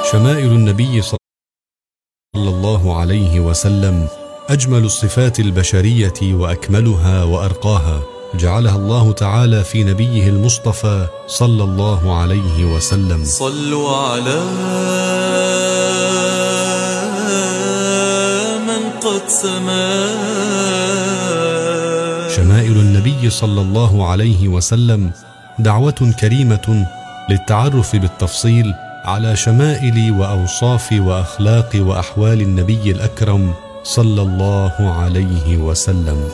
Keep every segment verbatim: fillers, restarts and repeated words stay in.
شمائل النبي صلى الله عليه وسلم أجمل الصفات البشرية وأكملها وأرقاها، جعلها الله تعالى في نبيه المصطفى صلى الله عليه وسلم. صلوا على من قد سما. شمائل النبي صلى الله عليه وسلم دعوة كريمة للتعرف بالتفصيل على شمائل وأوصاف وأخلاق وأحوال النبي الأكرم صلى الله عليه وسلم.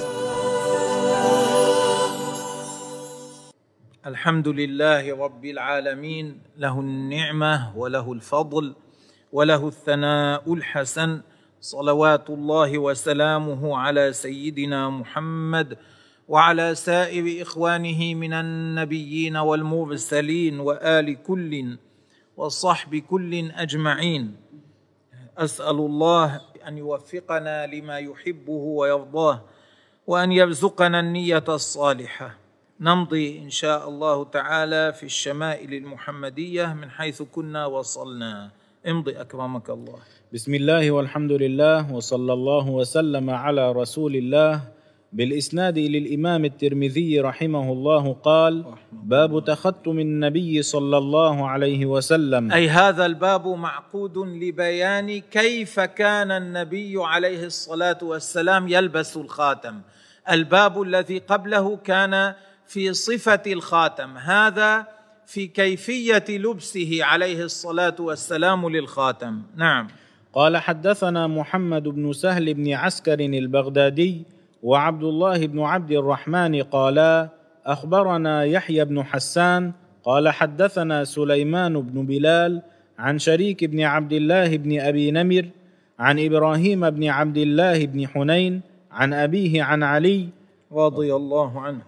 الحمد لله رب العالمين، له النعمة وله الفضل وله الثناء الحسن، صلوات الله وسلامه على سيدنا محمد وعلى سائر إخوانه من النبيين والمرسلين وآل كل وصحب كل أجمعين. أسأل الله أن يوفقنا لما يحبه ويرضاه وأن يرزقنا النية الصالحة. نمضي إن شاء الله تعالى في الشمائل المحمدية من حيث كنا وصلنا. امضي أكرمك الله. بسم الله والحمد لله وصلى الله وسلم على رسول الله. بالإسناد للإمام الترمذي رحمه الله قال: باب تختم النبي صلى الله عليه وسلم. أي هذا الباب معقود لبيان كيف كان النبي عليه الصلاة والسلام يلبس الخاتم. الباب الذي قبله كان في صفة الخاتم، هذا في كيفية لبسه عليه الصلاة والسلام للخاتم. نعم. قال: حدثنا محمد بن سهل بن عسكر البغدادي وعبد الله بن عبد الرحمن قالا: أخبرنا يحيى بن حسان قال: حدثنا سليمان بن بلال عن شريك بن عبد الله بن أبي نمر عن إبراهيم بن عبد الله بن حنين عن أبيه عن علي رضي الله عنه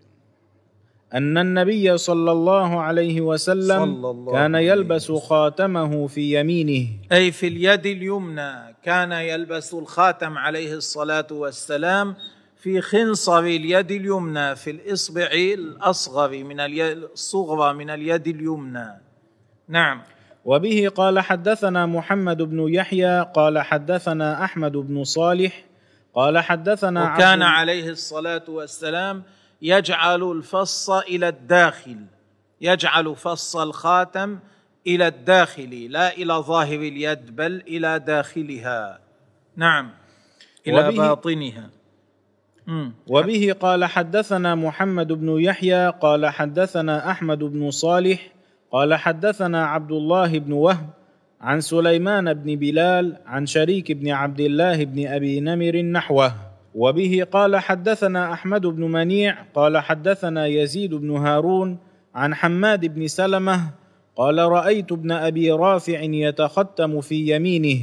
أن النبي صلى الله عليه وسلم صلى الله كان عليه يلبس خاتمه في يمينه، أي في اليد اليمنى. كان يلبس الخاتم عليه الصلاة والسلام في خنصر اليد اليمنى، في الإصبع الأصغر من اليد الصغرى من اليد اليمنى. نعم. وبه قال: حدثنا محمد بن يحيى قال: حدثنا أحمد بن صالح قال: حدثنا وكان عليه الصلاة والسلام يجعل الفص إلى الداخل، يجعل فص الخاتم إلى الداخل لا إلى ظاهر اليد بل إلى داخلها. نعم، إلى وبه باطنها. مم. وبه قال: حدثنا محمد بن يحيى قال: حدثنا أحمد بن صالح قال: حدثنا عبد الله بن وهب عن سليمان بن بلال عن شريك بن عبد الله بن أبي نمر نحوه. وبه قال: حدثنا أحمد بن منيع قال: حدثنا يزيد بن هارون عن حماد بن سلمة قال: رأيت ابن أبي رافع يتختم في يمينه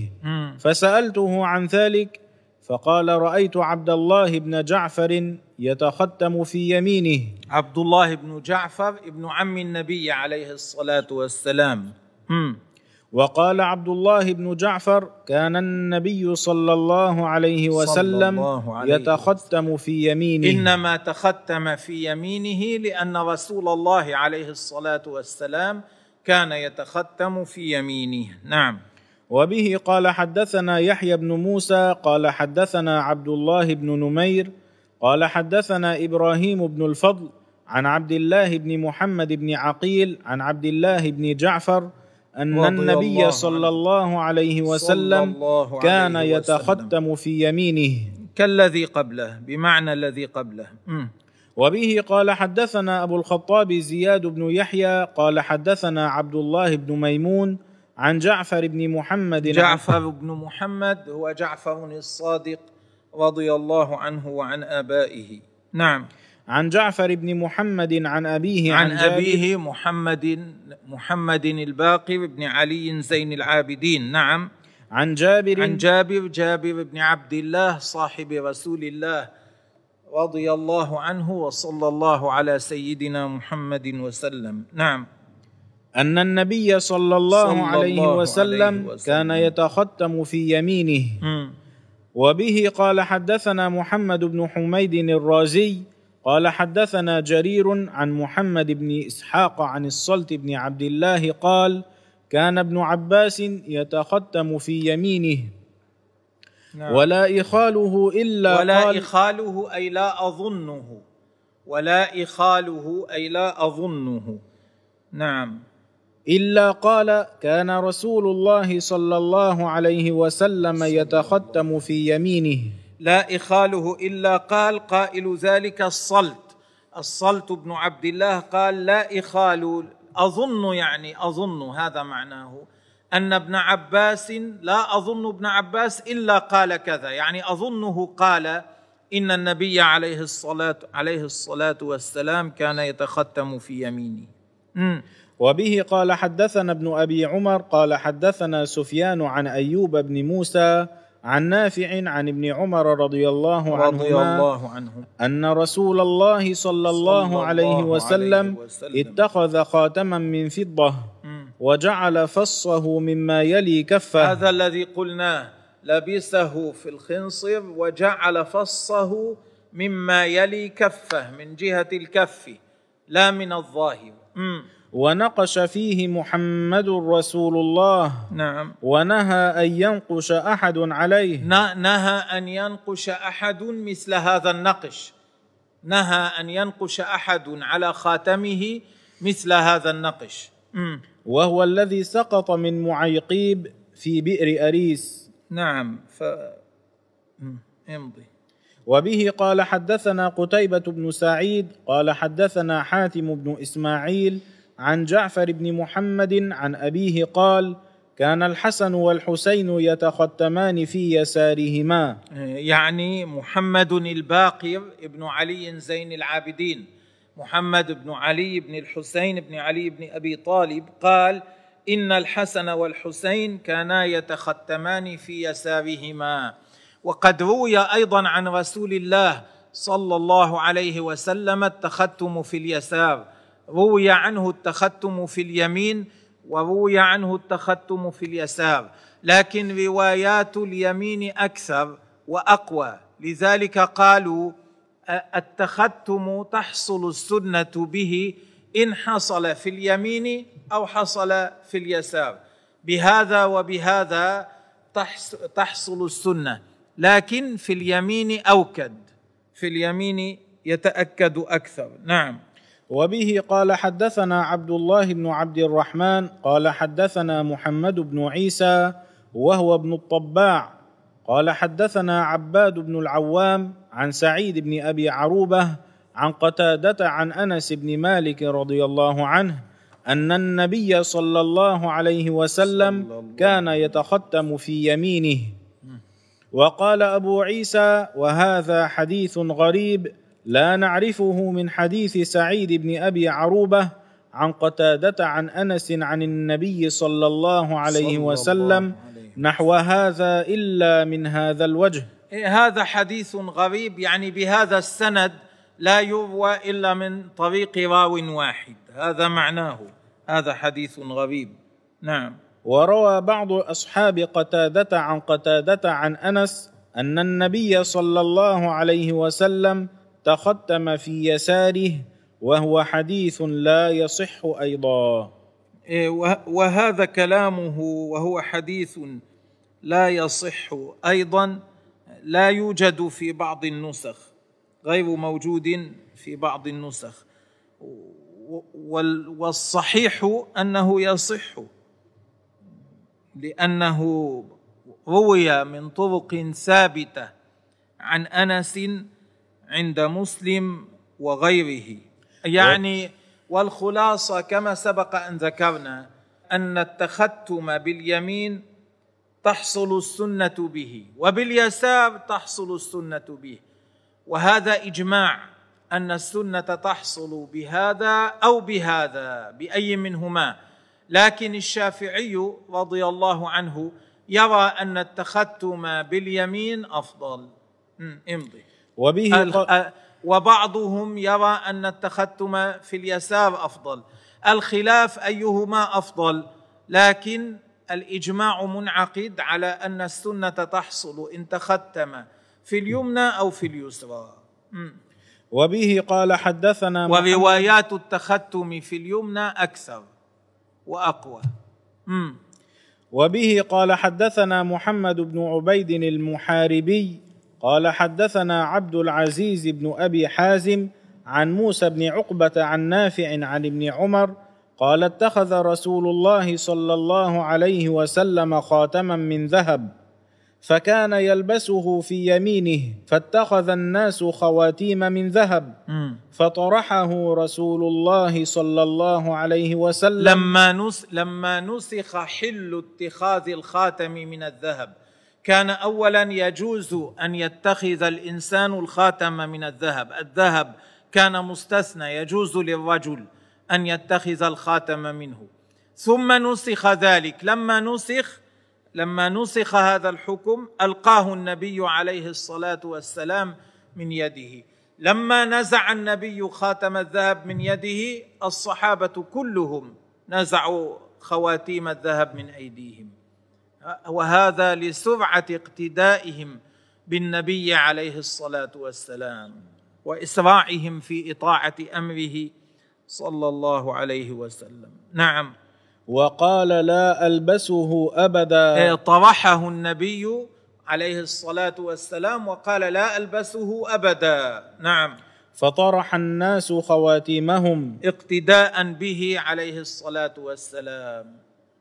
فسألته عن ذلك فقال: رأيت عبد الله بن جعفر يتختم في يمينه. عبد الله بن جعفر ابن عم النبي عليه الصلاة والسلام. مم. وقال عبد الله بن جعفر: كان النبي صلى الله عليه وسلم الله عليه يتختم في يمينه. إنما تختم في يمينه لأن رسول الله عليه الصلاة والسلام كان يتختم في يمينه. نعم. وبه قال: حدثنا يحيى بن موسى قال: حدثنا عبد الله بن نمير قال: حدثنا إبراهيم بن الفضل عن عبد الله بن محمد بن عقيل عن عبد الله بن جعفر أن النبي صلى الله عليه وسلم الله كان عليه يتختم في يمينه كالذي قبله، بمعنى الذي قبله. م. وبه قال: حدثنا أبو الخطاب زياد بن يحيى قال: حدثنا عبد الله بن ميمون عن جعفر بن محمد. جعفر بن محمد هو جعفر الصادق رضي الله عنه وعن آبائه. نعم. عن جعفر بن محمد عن أبيه عن, عن أبيه محمد محمد الباقر بن علي زين العابدين. نعم. عن جابر عن جابر جابر بن عبد الله صاحب رسول الله رضي الله عنه وصلى الله على سيدنا محمد وسلم. نعم. أن النبي صلى الله, صلى عليه, الله وسلم عليه وسلم كان يتختم في يمينه. م. وبه قال: حدثنا محمد بن حميد الرازي قال: حدثنا جرير عن محمد بن إسحاق عن الصلت بن عبد الله قال: كان ابن عباس يتختم في يمينه نعم. ولا إخاله إلا ولا قال إخاله أي لا أظنه، ولا إخاله أي لا أظنه. نعم. إلا قال كان رسول الله صلى الله عليه وسلم يتختم في يمينه. لا إخاله إلا قال قائل ذلك الصلت الصلت بن عبد الله قال لا إخال أظن، يعني أظن، هذا معناه أن ابن عباس لا أظن ابن عباس إلا قال كذا، يعني أظنه قال إن النبي عليه الصلاة عليه الصلاة والسلام كان يتختم في يمينه. م. وبه قال حدثنا ابن أبي عمر قال حدثنا سفيان عن أيوب بن موسى عن نافع عن ابن عمر رضي الله عنهما رضي الله عنهم أن رسول الله صلى الله عليه وسلم اتخذ خاتما من فضة وجعل فصه مما يلي كفه. هذا الذي قلناه، لبسه في الخنصر وجعل فصه مما يلي كفه، من جهة الكف لا من الظاهر. م. ونقش فيه محمد رسول الله. نعم. ونهى أن ينقش أحد عليه. نهى أن ينقش أحد مثل هذا النقش، نهى أن ينقش أحد على خاتمه مثل هذا النقش. م. وهو الذي سقط من معيقيب في بئر أريس. نعم. ف... امضي. وبه قال حدثنا قتيبة بن سعيد قال حدثنا حاتم بن إسماعيل عن جعفر بن محمد عن أبيه قال كان الحسن والحسين يتختمان في يسارهما. يعني محمد الباقر ابن علي زين العابدين، محمد بن علي بن الحسين بن علي بن أبي طالب، قال إن الحسن والحسين كانا يتختمان في يسارهما. وقد روي أيضا عن رسول الله صلى الله عليه وسلم التختم في اليسار، روي عنه التختم في اليمين وروي عنه التختم في اليسار، لكن روايات اليمين أكثر وأقوى، لذلك قالوا التختم تحصل السنة به إن حصل في اليمين أو حصل في اليسار، بهذا وبهذا تحصل السنة، لكن في اليمين أوكد، في اليمين يتأكد أكثر. نعم. وبه قال حدثنا عبد الله بن عبد الرحمن قال حدثنا محمد بن عيسى وهو ابن الطباع قال حدثنا عباد بن العوام عن سعيد بن أبي عروبة عن قتادة عن أنس بن مالك رضي الله عنه أن النبي صلى الله عليه وسلم كان يتختم في يمينه. وقال أبو عيسى وهذا حديث غريب لا نعرفه من حديث سعيد بن أبي عروبة عن قتادة عن أنس عن النبي صلى الله عليه وسلم نحو هذا إلا من هذا الوجه. هذا حديث غريب، يعني بهذا السند لا يروى إلا من طريق راو واحد، هذا معناه، هذا حديث غريب. نعم. وروى بعض أصحاب قتادة عن قتادة عن أنس أن النبي صلى الله عليه وسلم تختم في يساره، وهو حديث لا يصح أيضا. وهذا كلامه وهو حديث لا يصح أيضا لا يوجد في بعض النسخ، غير موجود في بعض النسخ، والصحيح أنه يصح، لأنه روي من طرق ثابتة عن أنس عند مسلم وغيره. يعني والخلاصة كما سبق أن ذكرنا أن التختم باليمين تحصل السنة به، وباليسار تحصل السنة به، وهذا إجماع أن السنة تحصل بهذا أو بهذا، بأي منهما. لكن الشافعي رضي الله عنه يرى أن التختم باليمين أفضل. امضي. وبه وبعضهم يرى أن التختم في اليسار أفضل، الخلاف أيهما أفضل، لكن الإجماع منعقد على أن السنة تحصل إن تختم في اليمنى أو في اليسرى. وبه قال حدثنا وروايات التختم في اليمنى أكثر وأقوى. مم. وبه قال حدثنا محمد بن عبيد المحاربي قال حدثنا عبد العزيز بن أبي حازم عن موسى بن عقبة عن نافع عن ابن عمر قال اتخذ رسول الله صلى الله عليه وسلم خاتما من ذهب فكان يلبسه في يمينه فاتخذ الناس خواتيم من ذهب فطرحه رسول الله صلى الله عليه وسلم لما نس لما نسخ حل اتخاذ الخاتم من الذهب. كان أولا يجوز أن يتخذ الإنسان الخاتم من الذهب، الذهب كان مستثنى، يجوز للرجل أن يتخذ الخاتم منه. ثم نسخ ذلك، لما نسخ لما نسخ هذا الحكم ألقاه النبي عليه الصلاة والسلام من يده. لما نزع النبي خاتم الذهب من يده الصحابة كلهم نزعوا خواتيم الذهب من أيديهم، وهذا لسرعة اقتدائهم بالنبي عليه الصلاة والسلام وإسراعهم في إطاعة أمره صلى الله عليه وسلم. نعم. وقال لا ألبسه أبدا، طرحه النبي عليه الصلاة والسلام وقال لا ألبسه أبدا. نعم. فطرح الناس خواتيمهم اقتداء به عليه الصلاة والسلام.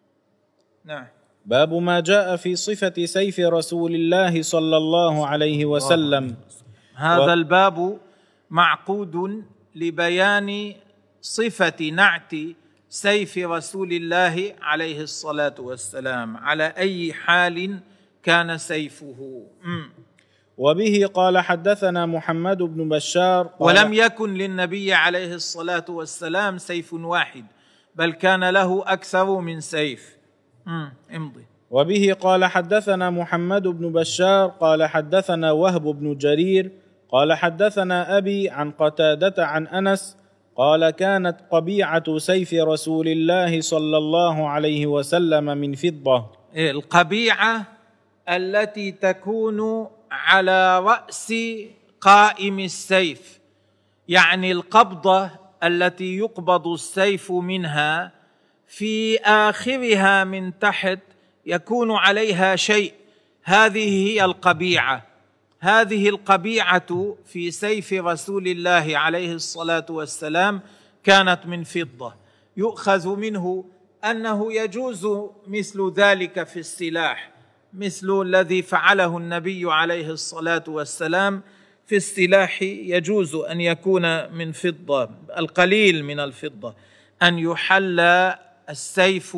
نعم. باب ما جاء في صفة سيف رسول الله صلى الله عليه وسلم. هذا و... الباب معقود لبيان صفة نعت سيف رسول الله عليه الصلاة والسلام، على أي حال كان سيفه. م. وبه قال حدثنا محمد بن بشار ولم يكن للنبي عليه الصلاة والسلام سيف واحد، بل كان له أكثر من سيف. م. امضي. وبه قال حدثنا محمد بن بشار قال حدثنا وهب بن جرير قال حدثنا أبي عن قتادة عن أنس قال كانت قبيعة سيف رسول الله صلى الله عليه وسلم من فضة. القبيعة التي تكون على رأس قائم السيف، يعني القبضة التي يقبض السيف منها، في آخرها من تحت يكون عليها شيء، هذه هي القبيعة. هذه القبيعة في سيف رسول الله عليه الصلاة والسلام كانت من فضة. يؤخذ منه أنه يجوز مثل ذلك في السلاح، مثل الذي فعله النبي عليه الصلاة والسلام في السلاح، يجوز أن يكون من فضة، القليل من الفضة، أن يحل السيف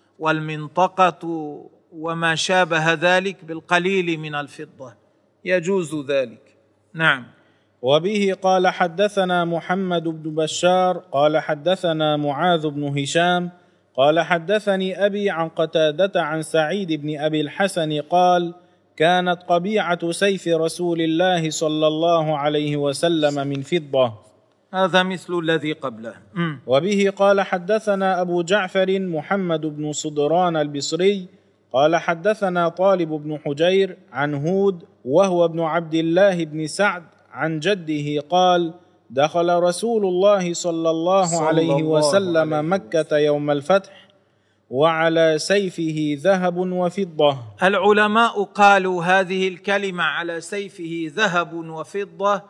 والمنطقة وما شابه ذلك بالقليل من الفضة، يجوز ذلك. نعم. وبه قال حدثنا محمد بن بشار قال حدثنا معاذ بن هشام قال حدثني أبي عن قتادة عن سعيد بن أبي الحسن قال كانت قبيعة سيف رسول الله صلى الله عليه وسلم من فضة. هذا مثل الذي قبله. م. وبه قال حدثنا أبو جعفر محمد بن صدران البصري قال حدثنا طالب بن حجير عن هود وهو ابن عبد الله بن سعد عن جده قال دخل رسول الله صلى الله صلى عليه الله وسلم عليه مكة يوم الفتح وعلى سيفه ذهب وفضة. العلماء قالوا هذه الكلمة على سيفه ذهب وفضة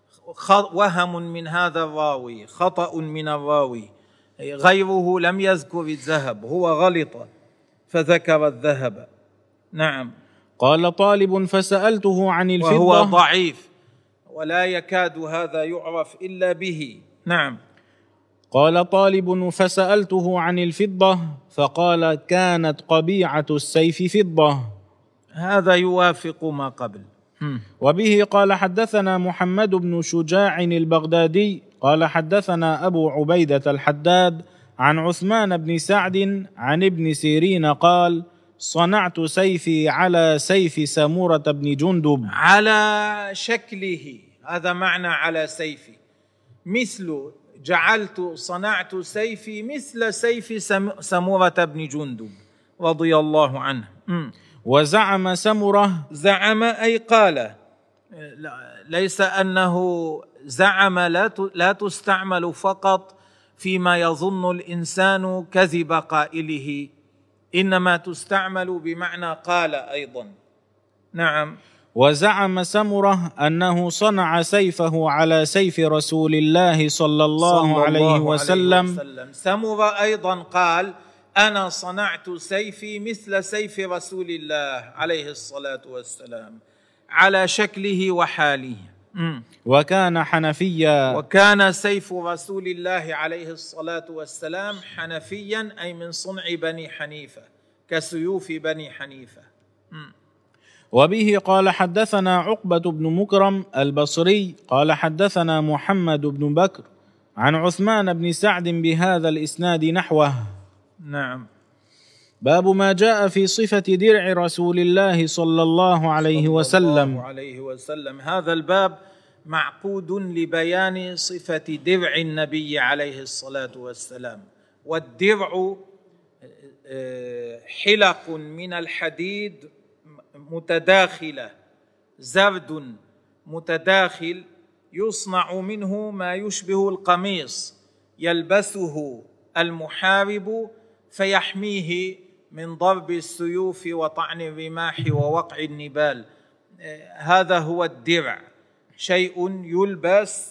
وهم من هذا الراوي، خطأ من الراوي، غيره لم يذكر الذهب، هو غلط فذكر الذهب. نعم. قال طالب فسألته عن الفضة وهو ضعيف ولا يكاد هذا يعرف إلا به. نعم. قال طالب فسألته عن الفضة فقال كانت قبيعة السيف فضة. هذا يوافق ما قبل. وبه قال حدثنا محمد بن شجاع البغدادي قال حدثنا أبو عبيدة الحداد عن عثمان بن سعد عن ابن سيرين قال صنعت سيفي على سيف سمورة بن جندب. على شكله، هذا معنى على سيفي، مثل جعلت صنعت سيفي مثل سيف سمورة بن جندب رضي الله عنه. م. وزعم سمرة، زعم أي قال، ليس أنه زعم، لا تستعمل فقط فيما يظن الإنسان كذب قائله، إنما تستعمل بمعنى قال أيضا. نعم. وزعم سمرة أنه صنع سيفه على سيف رسول الله صلى الله, صلى الله عليه وسلم, وسلم. سمرة أيضا قال أنا صنعت سيفي مثل سيف رسول الله عليه الصلاة والسلام على شكله وحاله. م. وكان حنفيا. وكان سيف رسول الله عليه الصلاة والسلام حنفيا، أي من صنع بني حنيفة كسيوف بني حنيفة. م. وبه قال حدثنا عقبة بن مكرم البصري قال حدثنا محمد بن بكر عن عثمان بن سعد بهذا الإسناد نحوه. نعم. باب ما جاء في صفة درع رسول الله صلى الله عليه وسلم. صلى الله عليه وسلم. هذا الباب معقود لبيان صفة درع النبي عليه الصلاة والسلام. والدرع حلق من الحديد متداخلة، زرد متداخل يصنع منه ما يشبه القميص يلبسه المحارب فيحميه من ضرب السيوف وطعن الرماح ووقع النبال. هذا هو الدرع، شيء يلبس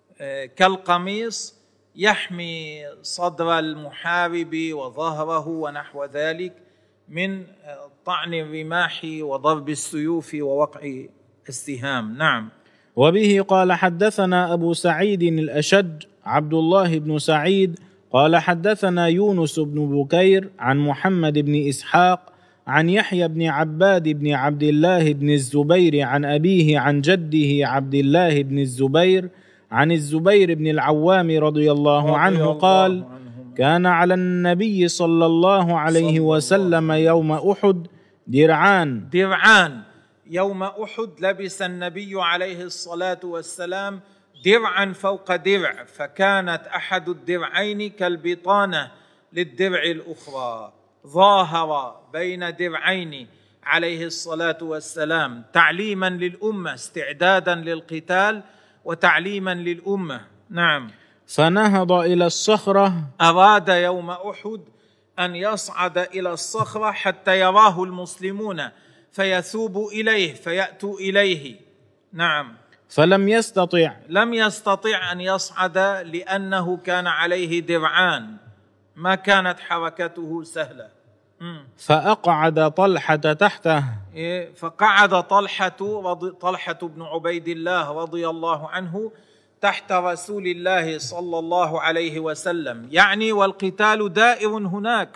كالقميص يحمي صدر المحارب وظهره ونحو ذلك من طعن الرماح وضرب السيوف ووقع السهام. نعم. وبه قال حدثنا أبو سعيد الأشج عبد الله بن سعيد قال حدثنا يونس بن بكير عن محمد بن إسحاق عن يحيى بن عباد بن عبد الله بن الزبير عن أبيه عن جده عبد الله بن الزبير عن الزبير بن العوام رضي الله عنه قال كان على النبي صلى الله عليه وسلم يوم أحد درعان درعان يوم أحد لبس النبي عليه الصلاة والسلام درعا فوق درع، فكانت أحد الدرعين كالبطانة للدرع الأخرى، ظاهر بين درعين عليه الصلاة والسلام تعليما للأمة استعدادا للقتال وتعليما للأمة. نعم. فنهض إلى الصخرة، أراد يوم أحد أن يصعد إلى الصخرة حتى يراه المسلمون فيثوبوا إليه فيأتوا إليه. نعم. فلم يستطع لم يستطع أن يصعد لأنه كان عليه درعان، ما كانت حركته سهلة. م. فأقعد طلحة تحته، فقعد طلحة طلحة بن عبيد الله رضي الله عنه تحت رسول الله صلى الله عليه وسلم، يعني والقتال دائر هناك،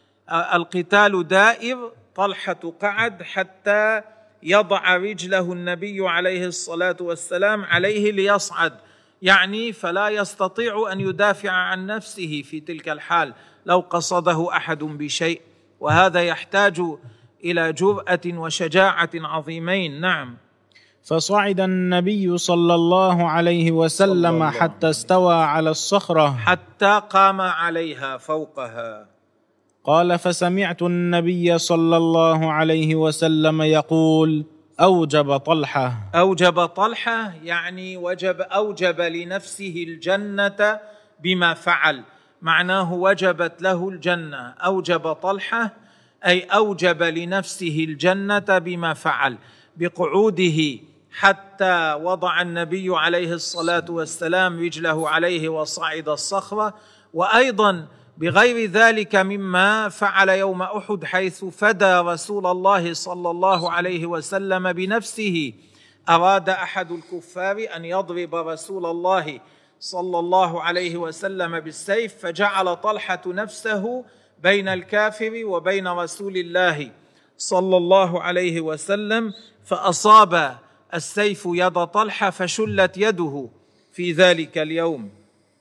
القتال دائر. طلحة قعد حتى يضع رجله النبي عليه الصلاة والسلام عليه ليصعد، يعني فلا يستطيع أن يدافع عن نفسه في تلك الحال لو قصده أحد بشيء، وهذا يحتاج إلى جرأة وشجاعة عظيمين. نعم. فصعد النبي صلى الله عليه وسلم حتى استوى على الصخرة، حتى قام عليها فوقها. قال فسمعت النبي صلى الله عليه وسلم يقول أوجب طلحة. أوجب طلحة يعني وجب أوجب لنفسه الجنة بما فعل، معناه وجبت له الجنة. أوجب طلحة أي أوجب لنفسه الجنة بما فعل بقعوده حتى وضع النبي عليه الصلاة والسلام رجله عليه وصعد الصخرة، وأيضا بغير ذلك مما فعل يوم أحد حيث فدى رسول الله صلى الله عليه وسلم بنفسه. أراد أحد الكفار أن يضرب رسول الله صلى الله عليه وسلم بالسيف، فجعل طلحة نفسه بين الكافر وبين رسول الله صلى الله عليه وسلم، فأصاب السيف يد طلحة فشلت يده في ذلك اليوم،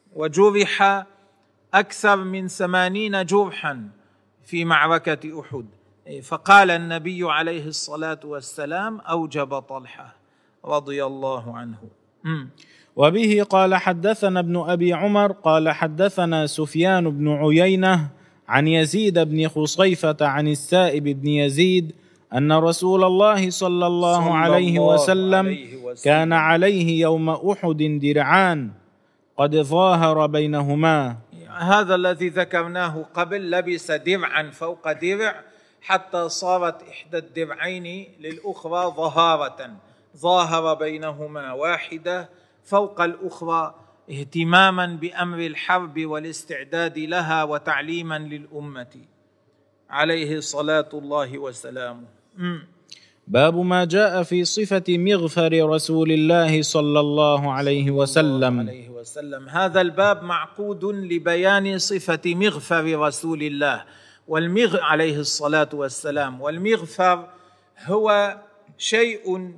وجرح أكثر من ثمانين جرحا في معركة أحد. فقال النبي عليه الصلاة والسلام أوجب طلحة رضي الله عنه. م. وبه قال حدثنا ابن أبي عمر قال حدثنا سفيان بن عيينة عن يزيد بن خصيفة عن السائب بن يزيد أن رسول الله صلى الله صلى عليه الله وسلم, عليه وسلم كان عليه يوم أحد درعان قد ظاهر بينهما. هذا الذي ذكرناه قبل، لبس درعا فوق درع حتى صارت إحدى الدرعين للأخرى ظهارة، ظاهر بينهما واحدة فوق الأخرى، اهتماما بأمر الحرب والاستعداد لها وتعليما للأمة عليه صلاة الله وسلامه. باب ما جاء في صفة مغفر رسول الله صلى الله عليه وسلم. عليه وسلم. هذا الباب معقود لبيان صفة مغفر رسول الله والمغ عليه الصلاة والسلام. والمغفر هو شيء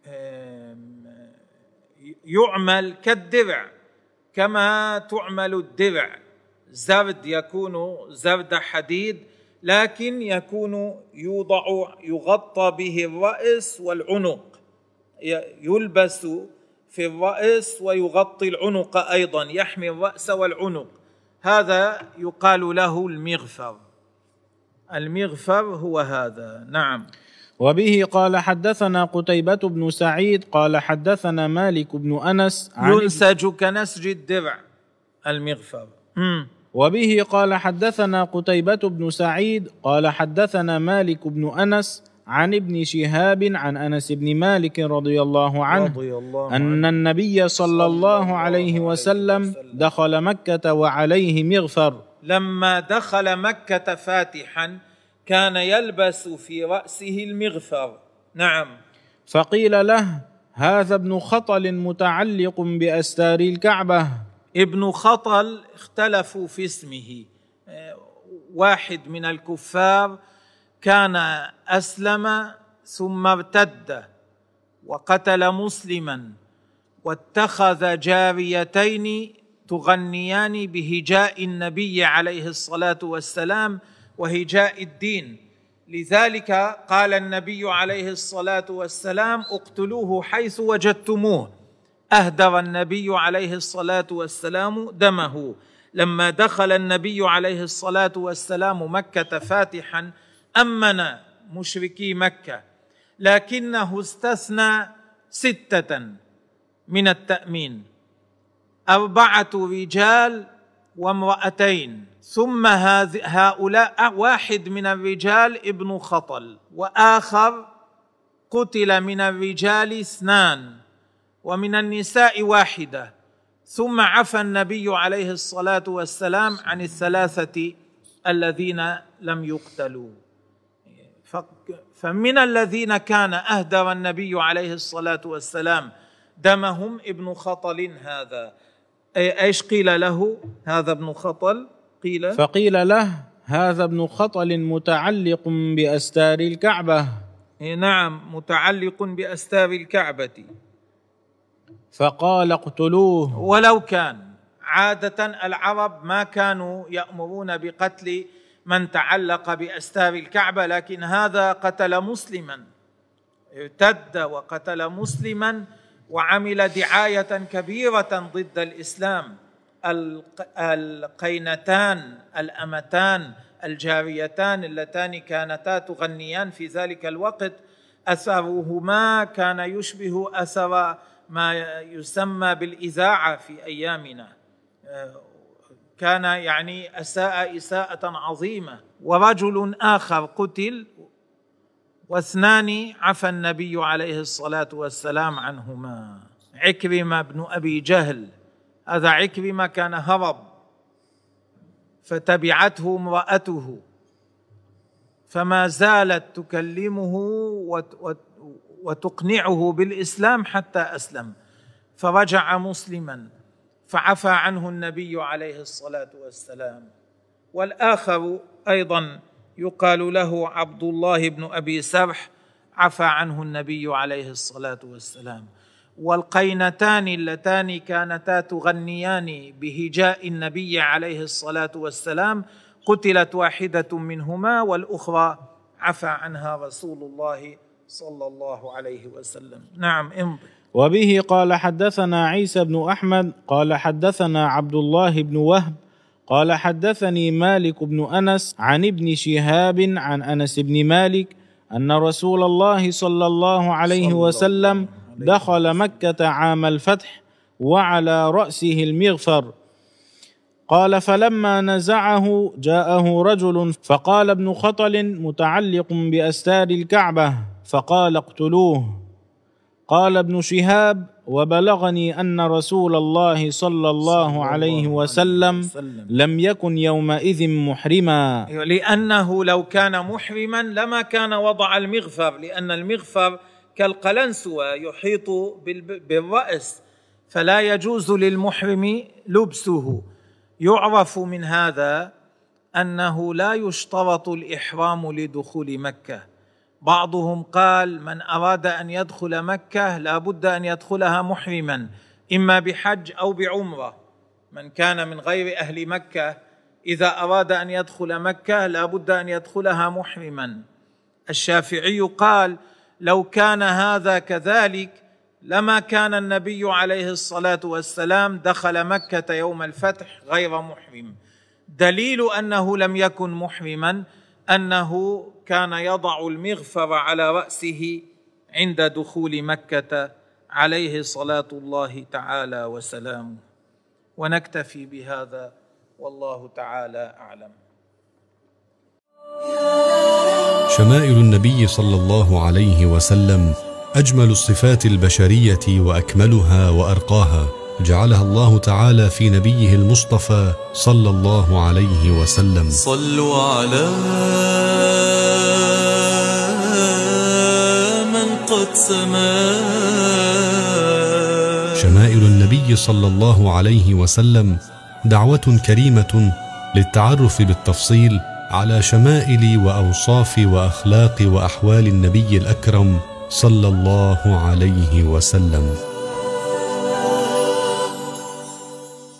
يعمل كالدرع، كما تعمل الدرع، زرد يكون زرد حديد، لكن يكون يوضع يغطى به الرأس والعنق، يلبس في الرأس ويغطي العنق أيضا، يحمي الرأس والعنق، هذا يقال له المغفر. المغفر هو هذا. نعم. وبه قال حدثنا قتيبة بن سعيد قال حدثنا مالك بن أنس ينسج كنسج الدرع المغفر. مم. وبه قال حدثنا قتيبة بن سعيد قال حدثنا مالك بن أنس عن ابن شهاب عن أنس بن مالك رضي الله عنه رضي الله أن عنه النبي صلى الله عليه وسلم دخل مكة وعليه مغفر. لما دخل مكة فاتحا كان يلبس في رأسه المغفر. نعم. فقيل له هذا ابن خطل متعلق بأستار الكعبة. ابن خطل اختلفوا في اسمه، واحد من الكفار كان أسلم ثم ارتد وقتل مسلما واتخذ جاريتين تغنيان بهجاء النبي عليه الصلاة والسلام وهجاء الدين، لذلك قال النبي عليه الصلاة والسلام اقتلوه حيث وجدتموه. أهدر النبي عليه الصلاة والسلام دمه لما دخل النبي عليه الصلاة والسلام مكة فاتحا، أمن مشركي مكة، لكنه استثنى ستة من التأمين، أربعة رجال وامرأتين، ثم هؤلاء واحد من الرجال ابن خطل، وآخر قتل من الرجال اثنان ومن النساء واحدة، ثم عفى النبي عليه الصلاة والسلام عن الثلاثة الذين لم يقتلوا. فمن الذين كان أهدر النبي عليه الصلاة والسلام دمهم ابن خطل هذا. ايش قيل له؟ هذا ابن خطل قيل فقيل له هذا ابن خطل متعلق بأستار الكعبة. نعم، متعلق بأستار الكعبة. فقال اقتلوه. ولو كان عادة العرب ما كانوا يأمرون بقتل من تعلق بأستار الكعبة، لكن هذا قتل مسلما، ارتد وقتل مسلما وعمل دعاية كبيرة ضد الإسلام. القينتان الأمتان الجاريتان اللتان كانتا تغنيان في ذلك الوقت أثرهما كان يشبه أثر ما يسمى بالإذاعة في أيامنا، كان يعني أساء إساءة عظيمة. ورجل آخر قتل واثنان عفى النبي عليه الصلاة والسلام عنهما. عكرمة بن أبي جهل، هذا عكرمة كان هرب فتبعته امرأته فما زالت تكلمه وتقنعه بالإسلام حتى أسلم، فرجع مسلما فعفى عنه النبي عليه الصلاة والسلام. والآخر أيضا يقال له عبد الله بن أبي سرح، عفى عنه النبي عليه الصلاة والسلام. والقينتان اللتان كانتا تغنيان بهجاء النبي عليه الصلاة والسلام قتلت واحدة منهما والأخرى عفى عنها رسول الله صلى الله عليه وسلم. نعم. امضي. وبه قال حدثنا عيسى بن أحمد قال حدثنا عبد الله بن وهب قال حدثني مالك بن أنس عن ابن شهاب عن أنس بن مالك أن رسول الله صلى الله عليه وسلم دخل مكة عام الفتح وعلى رأسه المغفر. قال: فلما نزعه جاءه رجل فقال: ابن خطل متعلق بأستار الكعبة، فقال: اقتلوه. قال ابن شهاب: وبلغني أن رسول الله صلى الله عليه وسلم لم يكن يومئذ محرما، لأنه لو كان محرما لما كان وضع المغفر، لأن المغفر كالقلنسوة يحيط بالرأس، فلا يجوز للمحرم لبسه. يعرف من هذا أنه لا يشترط الإحرام لدخول مكة. بعضهم قال: من أراد أن يدخل مكة لا بد أن يدخلها محرما، إما بحج أو بعمرة. من كان من غير أهل مكة إذا أراد أن يدخل مكة لا بد أن يدخلها محرما. الشافعي قال: لو كان هذا كذلك لما كان النبي عليه الصلاة والسلام دخل مكة يوم الفتح غير محرم. دليل أنه لم يكن محرما أنه كان يضع المغفر على رأسه عند دخول مكة عليه صلاة الله تعالى وسلامه. ونكتفي بهذا والله تعالى أعلم. شمائل النبي صلى الله عليه وسلم أجمل الصفات البشرية وأكملها وأرقاها، جعلها الله تعالى في نبيه المصطفى صلى الله عليه وسلم. صلوا على من قد سما. شمائل النبي صلى الله عليه وسلم دعوة كريمة للتعرف بالتفصيل على شمائل وأوصاف وأخلاق وأحوال النبي الأكرم صلى الله عليه وسلم.